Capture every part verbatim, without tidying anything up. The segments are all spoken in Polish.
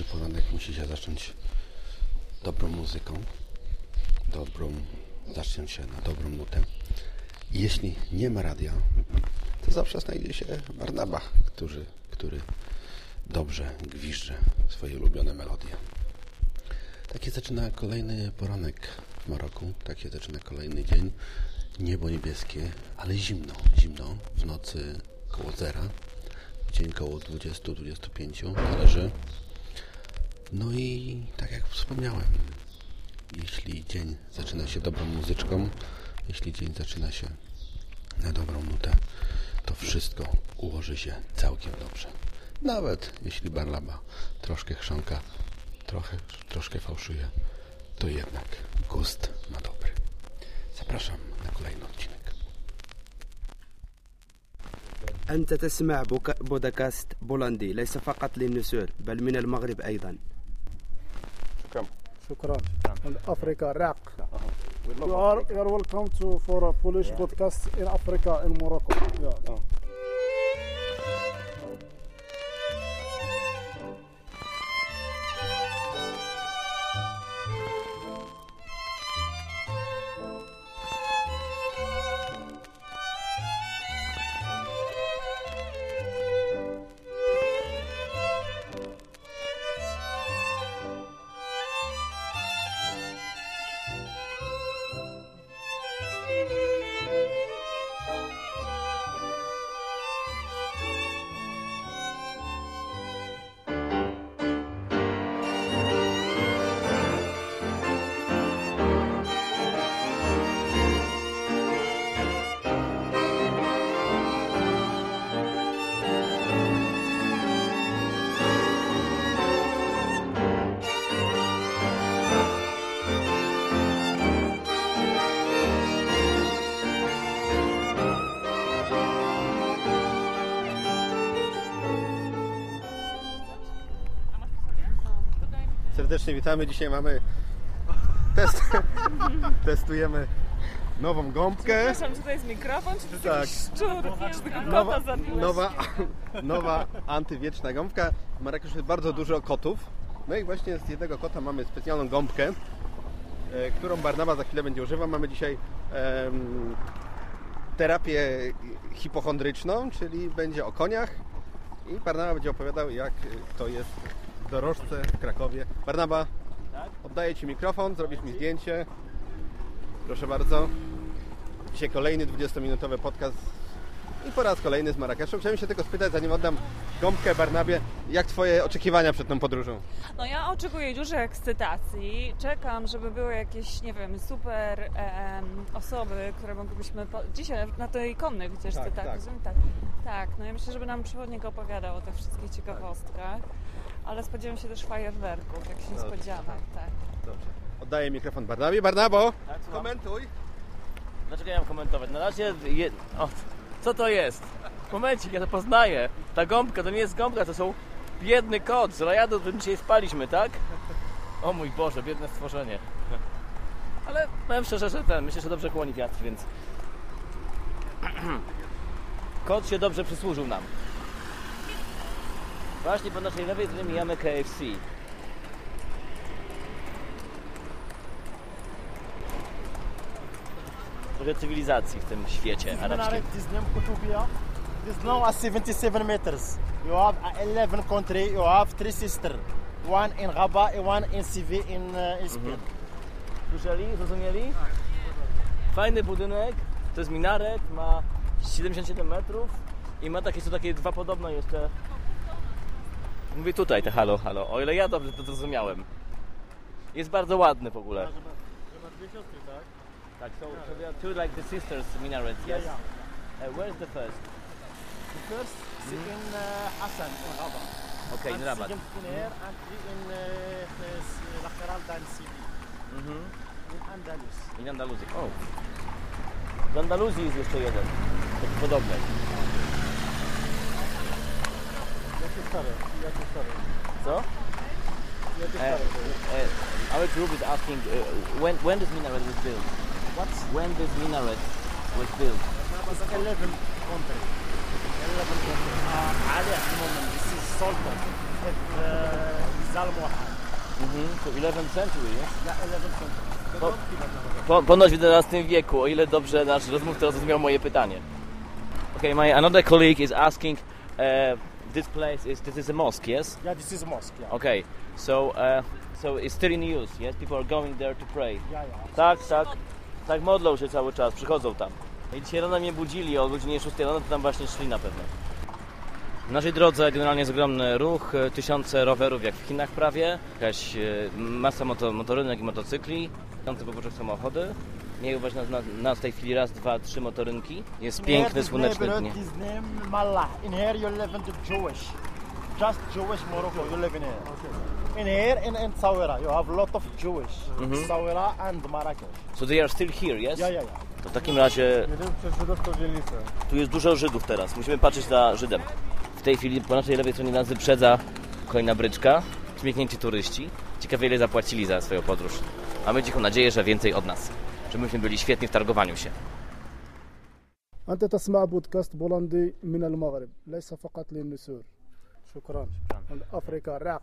poranek musi się zacząć dobrą muzyką, dobrą, zacząć się na dobrą nutę. I jeśli nie ma radia, to zawsze znajdzie się Barnaba, który, który dobrze gwizdże swoje ulubione melodie. Takie zaczyna kolejny poranek w Maroku, takie zaczyna kolejny dzień. Niebo niebieskie, ale zimno, zimno, w nocy koło zera, w dzień koło dwadzieścia do dwudziestu pięciu należy. No i tak jak wspomniałem, jeśli dzień zaczyna się dobrą muzyczką, jeśli dzień zaczyna się na dobrą nutę, to wszystko ułoży się całkiem dobrze. Nawet jeśli Barnaba troszkę chrząka, trochę, troszkę fałszuje, to jednak gust ma dobry. Zapraszam na kolejny odcinek. أنت تسمع بودكاست بولندي ليس فقط للنسور بل من المغرب أيضا. شكرا. شكرا. Africa Raq. You are you are welcome to for a Polish yeah. podcast in Africa in Morocco. Yeah. Oh. Serdecznie witamy. Dzisiaj mamy test, testujemy nową gąbkę. Przepraszam, czy to jest mikrofon, czy to jest tak. jakiś szczur? Nowa, nowa, nowa antywieczna gąbka. W Marrakeszu jest bardzo dużo kotów. No i właśnie z jednego kota mamy specjalną gąbkę, e, którą Barnaba za chwilę będzie używał. Mamy dzisiaj e, terapię hipochondryczną, czyli będzie o koniach i Barnaba będzie opowiadał, jak to jest w dorożce w Krakowie. Barnaba, oddaję Ci mikrofon, zrobisz mi zdjęcie. Proszę bardzo. Dzisiaj kolejny dwudziestominutowy podcast i po raz kolejny z Marrakeszu. Chciałem się tylko spytać, zanim oddam gąbkę Barnabie, jak Twoje oczekiwania przed tą podróżą? No ja oczekuję dużej ekscytacji. Czekam, żeby były jakieś, nie wiem, super e, osoby, które moglibyśmy... Po... Dzisiaj na tej konnej wycieczce, tak, tak, tak. rozumiem? Tak. Tak, no ja myślę, żeby nam przewodnik opowiadał o tych wszystkich ciekawostkach, ale spodziewam się też fajerwerków, jakichś niespodzianek, tak. Dobrze. Oddaję mikrofon Barnabie. Barnabo, tak, komentuj. Dlaczego ja mam komentować? Na razie... Je... O, co to jest? Momencik, ja to poznaję. Ta gąbka to nie jest gąbka, to są biedny kot z rajadu, w którym dzisiaj spaliśmy, tak? O mój Boże, biedne stworzenie. Ale powiem szczerze, że ten, myślę, że dobrze kłoni wiatr, więc... Kot się dobrze przysłużył nam. Właśnie po naszej lewej stronie mijamy K F C. Trochę cywilizacji w tym świecie arabskim. This name Kutubia. This now at seventy-seven meters. You have eleven country. You have three sisters. One in Rabat and one in Seville in, uh, in Spain. Mhm. Słyszeli? Zrozumieli? Fajny budynek. To jest minaret. Ma siedemdziesiąt siedem metrów. I ma takie, są takie dwa podobne jeszcze. Mówię tutaj te halo, halo. O ile ja dobrze to zrozumiałem. Jest bardzo ładny w ogóle. Że ma dwie siostry, tak? Tak, so, so there are two like the sisters minarets, yes? Yeah, yeah. Uh, where's the first? The first is Mhm. in uh, Hassan in Rabat. Okay, in and Rabat. second in here and three in uh, La Feralda and Seville. Mhm. In Andalus. I na Andaluzji. O! W Andaluzji jest jeszcze jeden. Taki podobny. Jakie stare? Jakie stare? Co? Jakie Uh, stare? uh, our group is asking uh, when when this minaret was built? What? When this minaret was built? It's eleven country. eleven country. Uh, Ali at the moment, this is Sultan. If uh, this Zalmohan. Mhm, to eleventh century, yes? Yeah, eleventh century. Po, po, ponoć w jedenastym wieku, o ile dobrze nasz rozmówca zrozumiał moje pytanie. Okay, my another colleague is asking, uh, this place is, this is a mosque, yes? Yeah, this is a mosque. Yeah. Okay, so, uh, so it's still in use, yes? People are going there to pray. Yeah, yeah. Tak, tak, tak modlą się cały czas, przychodzą tam. I dzisiaj rano mnie budzili o godzinie szóstej rano, to tam właśnie szli na pewno. W naszej drodze generalnie jest ogromny ruch, tysiące rowerów jak w Chinach prawie, jakaś masa moto, motorynek i motocykli, tysiące poboczek samochody. Nie chyba na, na, na w tej chwili raz, dwa, trzy motorynki. Jest piękny, słoneczny dzień. His name Mallah. In here you live in the Jewish. Just Jewish Morocco, you live in here. In here, in, in Sawira, you have a lot of Jewish. Mm-hmm. Sawira and Marrakesh. So they are still here, yes? Yeah, yeah, yeah. To w takim razie tu jest dużo Żydów teraz. Musimy patrzeć za Żydem. W tej chwili po naszej lewej stronie nas wyprzedza kolejna bryczka. Śmiechnięci turyści. Ciekawie ile zapłacili za swoją podróż. Mamy cichą nadzieję, że więcej od nas. Żebyśmy byli świetni w targowaniu się. أنت تسمع بودكاست بولندي من المغرب ليس فقط للنسور. شكرا. أفريقيا راق.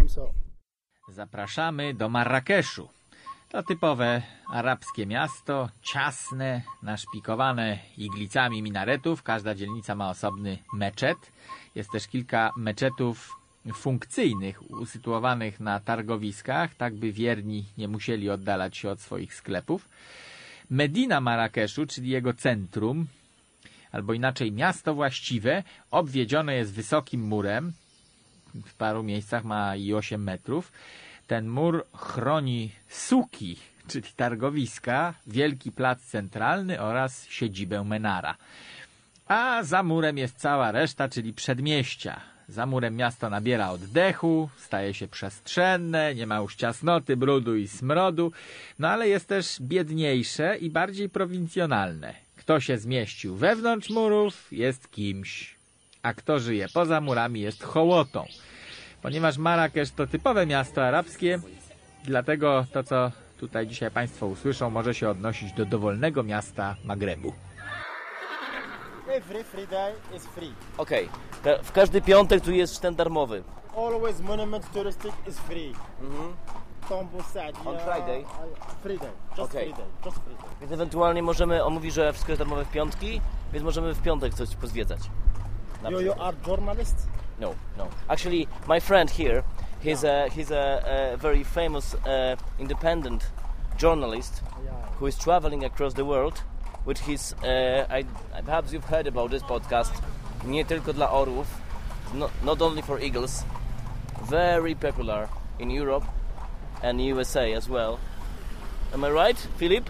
Zapraszamy do Marrakeszu. To typowe arabskie miasto, ciasne, naszpikowane iglicami minaretów. Każda dzielnica ma osobny meczet. Jest też kilka meczetów funkcyjnych, usytuowanych na targowiskach, tak by wierni nie musieli oddalać się od swoich sklepów. Medina Marrakeszu, czyli jego centrum, albo inaczej miasto właściwe, obwiedzione jest wysokim murem. W paru miejscach ma i osiem metrów. Ten mur chroni suki, czyli targowiska, wielki plac centralny oraz siedzibę Menara. A za murem jest cała reszta, czyli przedmieścia. Za murem miasto nabiera oddechu, staje się przestrzenne, nie ma już ciasnoty, brudu i smrodu, no ale jest też biedniejsze i bardziej prowincjonalne. Kto się zmieścił wewnątrz murów, jest kimś, a kto żyje poza murami, jest hołotą. Ponieważ Marrakesz to typowe miasto arabskie, dlatego to, co tutaj dzisiaj Państwo usłyszą, może się odnosić do dowolnego miasta Magrebu. Every Friday is free. Okej, okay. W każdy piątek tu jest szten darmowy. Always monument touristic is free. Mhm. Tombu Sadia. On Friday? Friday. Just Okay. Friday. Just Friday. Więc ewentualnie możemy, on mówi, że wszystko jest darmowe w piątki, więc możemy w piątek coś pozwiedzać. You, you are journalist? No, no. Actually, my friend here, he's a he's a, a very famous uh, independent journalist who is traveling across the world with his. Uh, I, perhaps you've heard about this podcast. Nie tylko dla orłów, not, not only for eagles. Very popular in Europe and U S A as well. Am I right, Philip?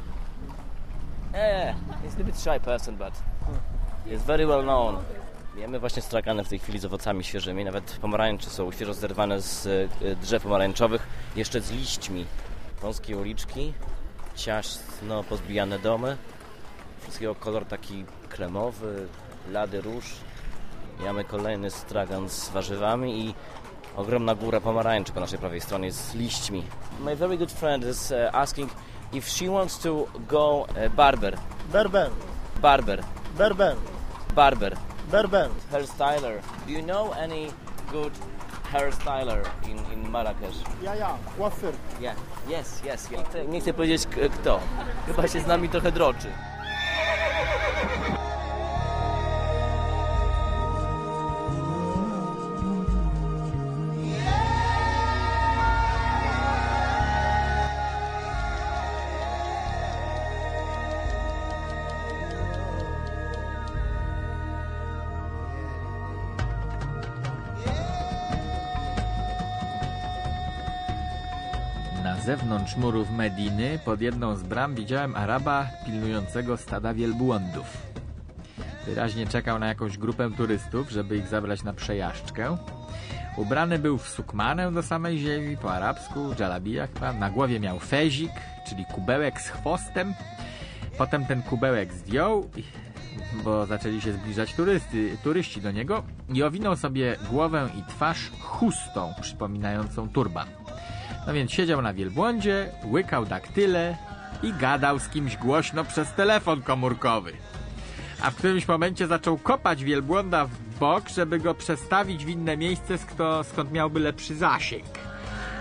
Yeah, he's a little bit shy person, but he's very well known. Jemy właśnie stragany w tej chwili z owocami świeżymi, nawet pomarańcze są świeżo zerwane z drzew pomarańczowych, jeszcze z liśćmi. Wąskie uliczki, ciasno pozbijane domy, wszystkiego kolor taki kremowy, lady róż. Jamy kolejny stragan z warzywami i ogromna góra pomarańczy po naszej prawej stronie z liśćmi. My very good friend is uh, asking if she wants to go uh, barber. Berber. Barber. Berber. Barber. Berber. Hairstyler. Do you know any good hairstyler in, in Marrakech? Yeah, yeah. Coiffeur. Yeah. Yes, yes. Yeah. Nie, chcę, nie chcę powiedzieć k- kto. Chyba się z nami trochę droczy. Na zewnątrz murów Mediny, pod jedną z bram, widziałem Araba pilnującego stada wielbłądów. Wyraźnie czekał na jakąś grupę turystów, żeby ich zabrać na przejażdżkę. Ubrany był w sukmanę do samej ziemi, po arabsku, dżalabijach, na głowie miał fezik, czyli kubełek z chwostem. Potem ten kubełek zdjął, bo zaczęli się zbliżać turysty, turyści do niego, i owinął sobie głowę i twarz chustą przypominającą turban. No więc siedział na wielbłądzie, łykał daktyle i gadał z kimś głośno przez telefon komórkowy. A w którymś momencie zaczął kopać wielbłąda w bok, żeby go przestawić w inne miejsce, skąd miałby lepszy zasięg.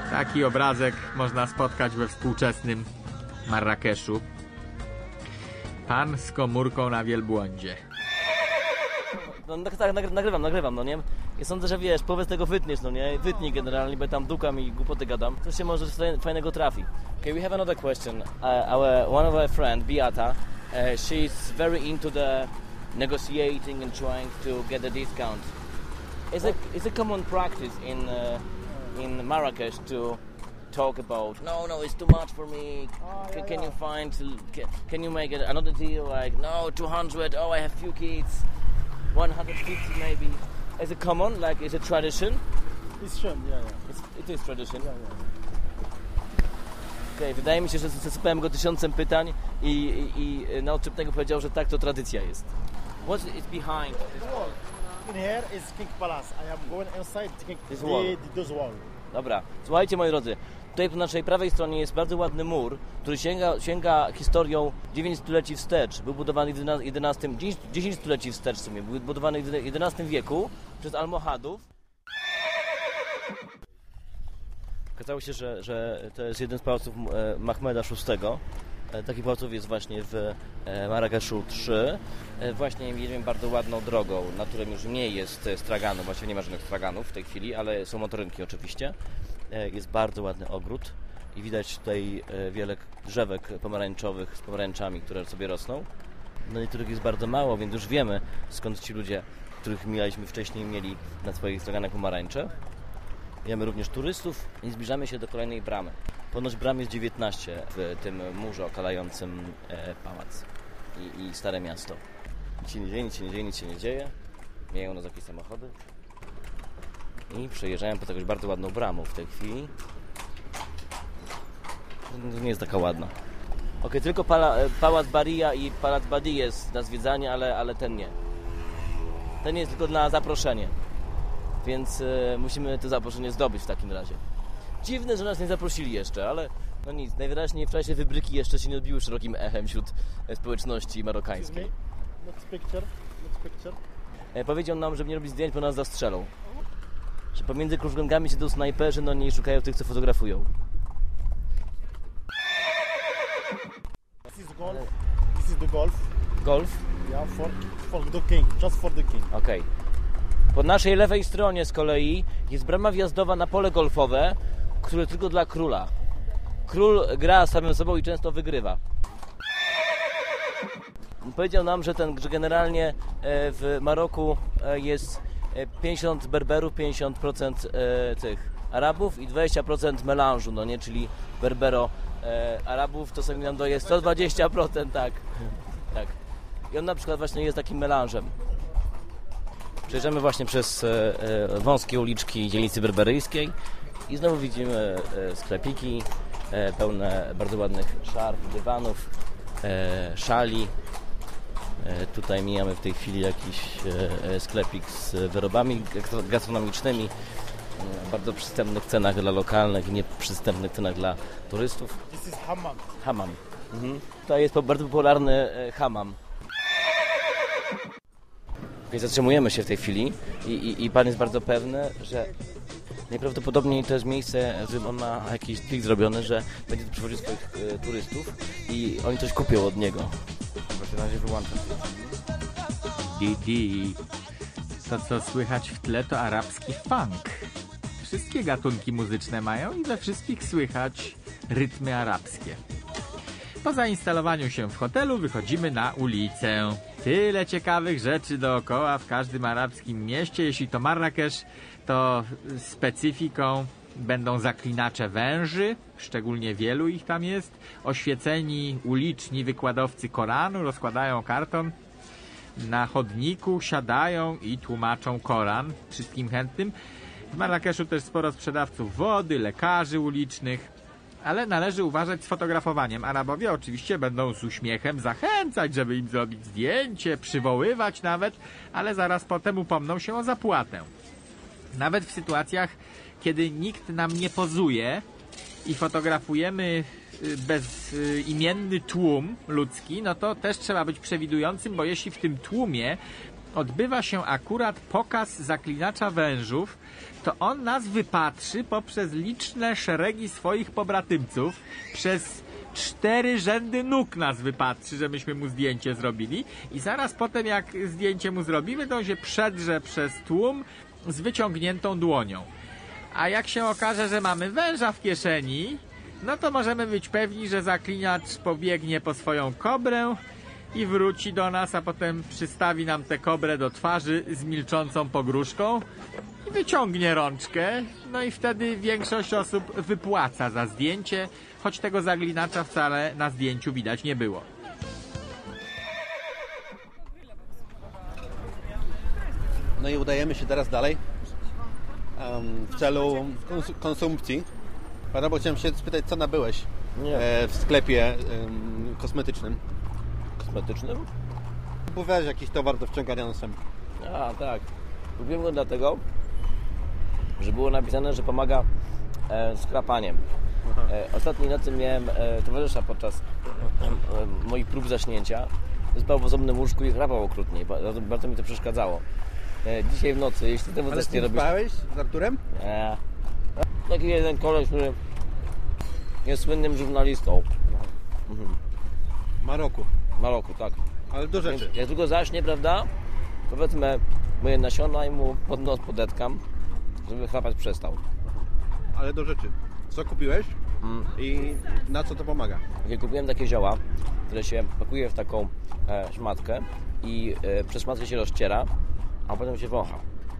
Taki obrazek można spotkać we współczesnym Marrakeszu. Pan z komórką na wielbłądzie. No tak, tak, nagrywam, nagrywam, no nie? I sądzę, że wiesz, powiedz tego wytniesz, no nie? Wytnij generalnie, bo tam dukam i głupoty gadam. Coś się może fajnego trafi. Okay, we have another question. Uh, our, one of our friend, Beata, uh, she's very into the negotiating and trying to get a discount. Is it, is a common practice in, uh, in Marrakesh to talk about, no, no, it's too much for me, oh, can, yeah, can yeah. you find, can, can you make it another deal, like, no, two hundred, oh, I have few kids, one hundred fifty maybe. Is it common, like, is it tradition? It's trend, yeah, yeah. It's, it is tradition? Yeah, yeah. Okej, okay, wydaje mi się, że zasypałem go tysiącem pytań i, i, i na odczytnego powiedział, że tak, to tradycja jest. What is behind this wall? In here is King Palace. I am going inside King, this wall. The, this wall. Dobra, słuchajcie moi drodzy, tutaj po naszej prawej stronie jest bardzo ładny mur, który sięga, sięga historią dziewięć stuleci wstecz. Był budowany w jedenastym, dziesięć stuleci wstecz w sumie, był budowany w jedenastym wieku przez Almohadów. Okazało się, że, że to jest jeden z pałaców Mahmeda szóstego. Takich pałaców jest właśnie w Marrakeszu trzy. Właśnie jedziemy bardzo ładną drogą, na którym już nie jest straganów, właściwie nie ma żadnych straganów w tej chwili, ale są motorynki oczywiście. Jest bardzo ładny ogród i widać tutaj wiele drzewek pomarańczowych z pomarańczami, które sobie rosną. No niektórych jest bardzo mało, więc już wiemy, skąd ci ludzie, których mieliśmy wcześniej, mieli na swoich straganach pomarańcze. Wiemy również turystów i zbliżamy się do kolejnej bramy. Ponoć bram jest dziewiętnaście w tym murze okalającym e, pałac I, i stare miasto. Nic się nie dzieje, nic się nie dzieje, nic się nie dzieje. Mijają nas jakieś samochody. I przejeżdżają pod jakąś bardzo ładną bramą w tej chwili. Nie jest taka ładna. Ok, tylko pala, pałac Baria i pałac Badi jest na zwiedzanie, ale, ale ten nie. Ten jest tylko na zaproszenie. Więc e, musimy to zaproszenie zdobyć w takim razie. Dziwne, że nas nie zaprosili jeszcze, ale no nic, najwyraźniej w czasie wybryki jeszcze się nie odbiły szerokim echem wśród społeczności marokańskiej. Next picture. Next picture. E, powiedział nam, żeby nie robić zdjęć, bo nas zastrzelą. Że pomiędzy krużgankami siedzą snajperzy, no nie szukają tych, co fotografują. This is golf. This is the golf. Golf? Yeah, for, for the king, just for the king. Okej. Okay. Po naszej lewej stronie z kolei jest brama wjazdowa na pole golfowe, które tylko dla króla. Król gra samym sobą i często wygrywa. Powiedział nam, że, ten, że generalnie w Maroku jest pięćdziesiąt Berberów, pięćdziesiąt procent tych Arabów i dwadzieścia procent melanżu, no nie, czyli Berbero Arabów to sobie nam daje sto dwadzieścia procent, tak. tak. I on na przykład właśnie jest takim melanżem. Przejeżdżamy właśnie przez e, e, wąskie uliczki dzielnicy berberyjskiej i znowu widzimy e, sklepiki e, pełne bardzo ładnych szarf, dywanów, e, szali. E, tutaj mijamy w tej chwili jakiś e, sklepik z wyrobami gastronomicznymi w e, bardzo przystępnych cenach dla lokalnych i nieprzystępnych cenach dla turystów. This is hammam. Hammam. Mhm. Tutaj jest bardzo popularny e, hammam. Zatrzymujemy się w tej chwili i, i, i pan jest bardzo pewny, że najprawdopodobniej to jest miejsce, w którym on ma jakiś trik zrobiony, że będzie tu przywoził swoich e, turystów i oni coś kupią od niego. Właśnie na razie wyłączam. Di-di. To, co słychać w tle, to arabski funk. Wszystkie gatunki muzyczne mają i we wszystkich słychać rytmy arabskie. Po zainstalowaniu się w hotelu wychodzimy na ulicę. Tyle ciekawych rzeczy dookoła w każdym arabskim mieście. Jeśli to Marrakesz, to specyfiką będą zaklinacze węży, szczególnie wielu ich tam jest. Oświeceni uliczni wykładowcy Koranu rozkładają karton na chodniku, siadają i tłumaczą Koran wszystkim chętnym. W Marrakeszu też sporo sprzedawców wody, lekarzy ulicznych. Ale należy uważać z fotografowaniem. Arabowie oczywiście będą z uśmiechem zachęcać, żeby im zrobić zdjęcie, przywoływać nawet, ale zaraz potem upomną się o zapłatę. Nawet w sytuacjach, kiedy nikt nam nie pozuje i fotografujemy bezimienny tłum ludzki, no to też trzeba być przewidującym, bo jeśli w tym tłumie odbywa się akurat pokaz zaklinacza wężów, to on nas wypatrzy poprzez liczne szeregi swoich pobratymców, przez cztery rzędy nóg nas wypatrzy, że myśmy mu zdjęcie zrobili i zaraz potem jak zdjęcie mu zrobimy, to on się przedrze przez tłum z wyciągniętą dłonią. A jak się okaże, że mamy węża w kieszeni, no to możemy być pewni, że zaklinacz pobiegnie po swoją kobrę i wróci do nas, a potem przystawi nam tę kobrę do twarzy z milczącą pogróżką i wyciągnie rączkę, no i wtedy większość osób wypłaca za zdjęcie, choć tego zaklinacza wcale na zdjęciu widać nie było. No i udajemy się teraz dalej um, w celu kons- konsumpcji. Pana, bo chciałem się spytać, co nabyłeś e, w sklepie um, kosmetycznym? Kosmetycznym? Kupowałeś jakiś towar do wciągania nosem. A, tak. Kupiłem go dlatego, że było napisane, że pomaga e, z krapaniem. E, ostatniej nocy miałem e, towarzysza podczas e, moich prób zaśnięcia. Spał w osobnym łóżku i chrapał okrutnie. Bardzo, bardzo mi to przeszkadzało. E, dzisiaj w nocy, jeśli temu Ale zacznie ty robić... spałeś z Arturem? Nie. Taki jeden koleś, który jest słynnym żurnalistą. Mhm. Maroku. Maroku, tak. Ale do rzeczy. Więc jak tylko zaśnie, prawda, to wezmę moje nasiona i mu pod nos podetkam, żeby chrapać przestał. Ale do rzeczy. Co kupiłeś Mm. i na co to pomaga? Jak kupiłem takie zioła, które się pakuje w taką e, szmatkę i e, przez szmatkę się rozciera, a potem się wącha.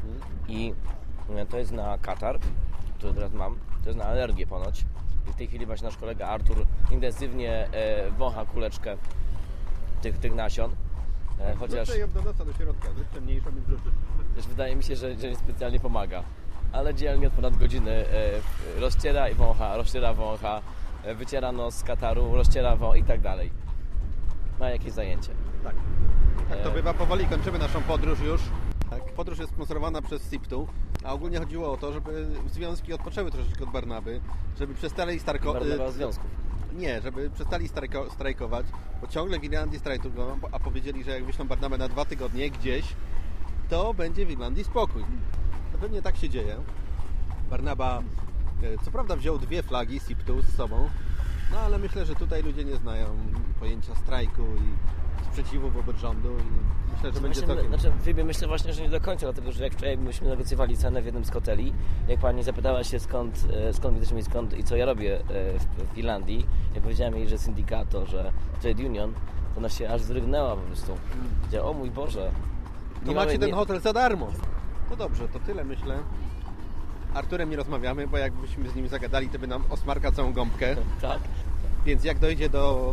I e, to jest na katar, który teraz mam, to jest na alergię ponoć. I w tej chwili właśnie nasz kolega Artur intensywnie e, wącha kuleczkę tych, tych nasion. E, chociaż Wrzucę ją do nosa, do środka, jeszcze mniejszą mi wrzucisz. też wydaje mi się, że, że nie specjalnie pomaga. Ale dzielnie od ponad godziny e, rozciera i wącha, rozciera, wącha, e, wyciera nos z kataru, rozciera wąch i tak dalej. Ma jakieś zajęcie. Tak. Tak to bywa, powoli kończymy naszą podróż już. Tak. Podróż jest sponsorowana przez Siptu, a ogólnie chodziło o to, żeby związki odpoczęły troszeczkę od Barnaby, żeby przestali starko... Barnaby związków. Nie, żeby przestali strajko... strajkować, bo ciągle w Irlandii strajkują, a powiedzieli, że jak wyślą Barnabę na dwa tygodnie gdzieś, to będzie w Irlandii spokój. To pewnie tak się dzieje. Barnaba co prawda wziął dwie flagi Siptu z sobą, no ale myślę, że tutaj ludzie nie znają pojęcia strajku i sprzeciwu wobec rządu i myślę, że będzie całkiem... Znaczy, Filipie, myślę właśnie, że nie do końca, dlatego że jak wczoraj myśmy negocjowali cenę w jednym z hoteli, jak pani zapytała się skąd, skąd widzę mi skąd i co ja robię w, w Irlandii, jak powiedziałem jej, że syndykato, że Trade Union, to ona się aż zrygnęła po prostu. Powiedziała, o mój Boże. To macie ten hotel za darmo. No dobrze, to tyle myślę. Arturem nie rozmawiamy, bo jakbyśmy z nim zagadali, to by nam osmarkał całą gąbkę. Tak. Więc jak dojdzie do,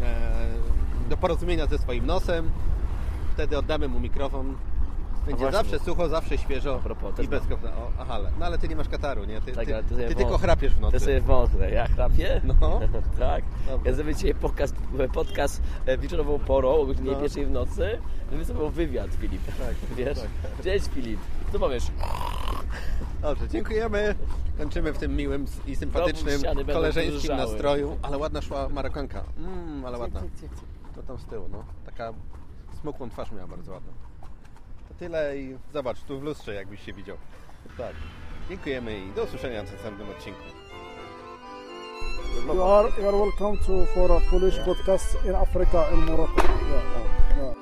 e, do porozumienia ze swoim nosem, wtedy oddamy mu mikrofon. Będzie zawsze sucho, zawsze świeżo propos, i bez kofla. Aha, no ale ty nie masz kataru, nie? Ty, tak, ty, ty, ty tylko chrapiesz w nocy. Ty sobie wąchnę, ja chrapię? No. Tak. Dobra. Ja zrobię dzisiaj podcast, podcast wieczorową porą, o godzinie No. pierwszej w nocy, żeby sobie wywiad, Filip. Tak, Wiesz? tak. Cześć, Filip. Co powiesz? Dobrze, dziękujemy. Kończymy w tym miłym i sympatycznym, Znowu ściany będą koleżeńskim drżały. nastroju. Ale ładna szła Marokanka. Mmm, ale ładna. To tam z tyłu, no. Taka smukłą twarz miała bardzo ładną. To tyle i zobacz, tu w lustrze jakbyś się widział. Tak. Dziękujemy i do usłyszenia w następnym odcinku. You are, you are welcome to for a Polish podcast in Africa, in Morocco. Yeah, yeah.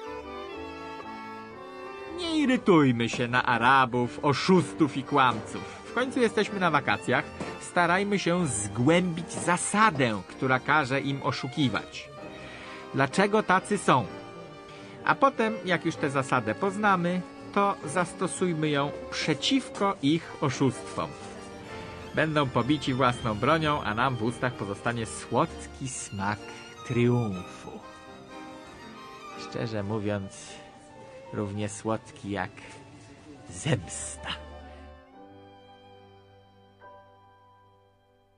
Nie irytujmy się na Arabów, oszustów i kłamców. W końcu jesteśmy na wakacjach. Starajmy się zgłębić zasadę, która każe im oszukiwać. Dlaczego tacy są? A potem, jak już tę zasadę poznamy, to zastosujmy ją przeciwko ich oszustwom. Będą pobici własną bronią, a nam w ustach pozostanie słodki smak triumfu. Szczerze mówiąc, równie słodki jak zemsta.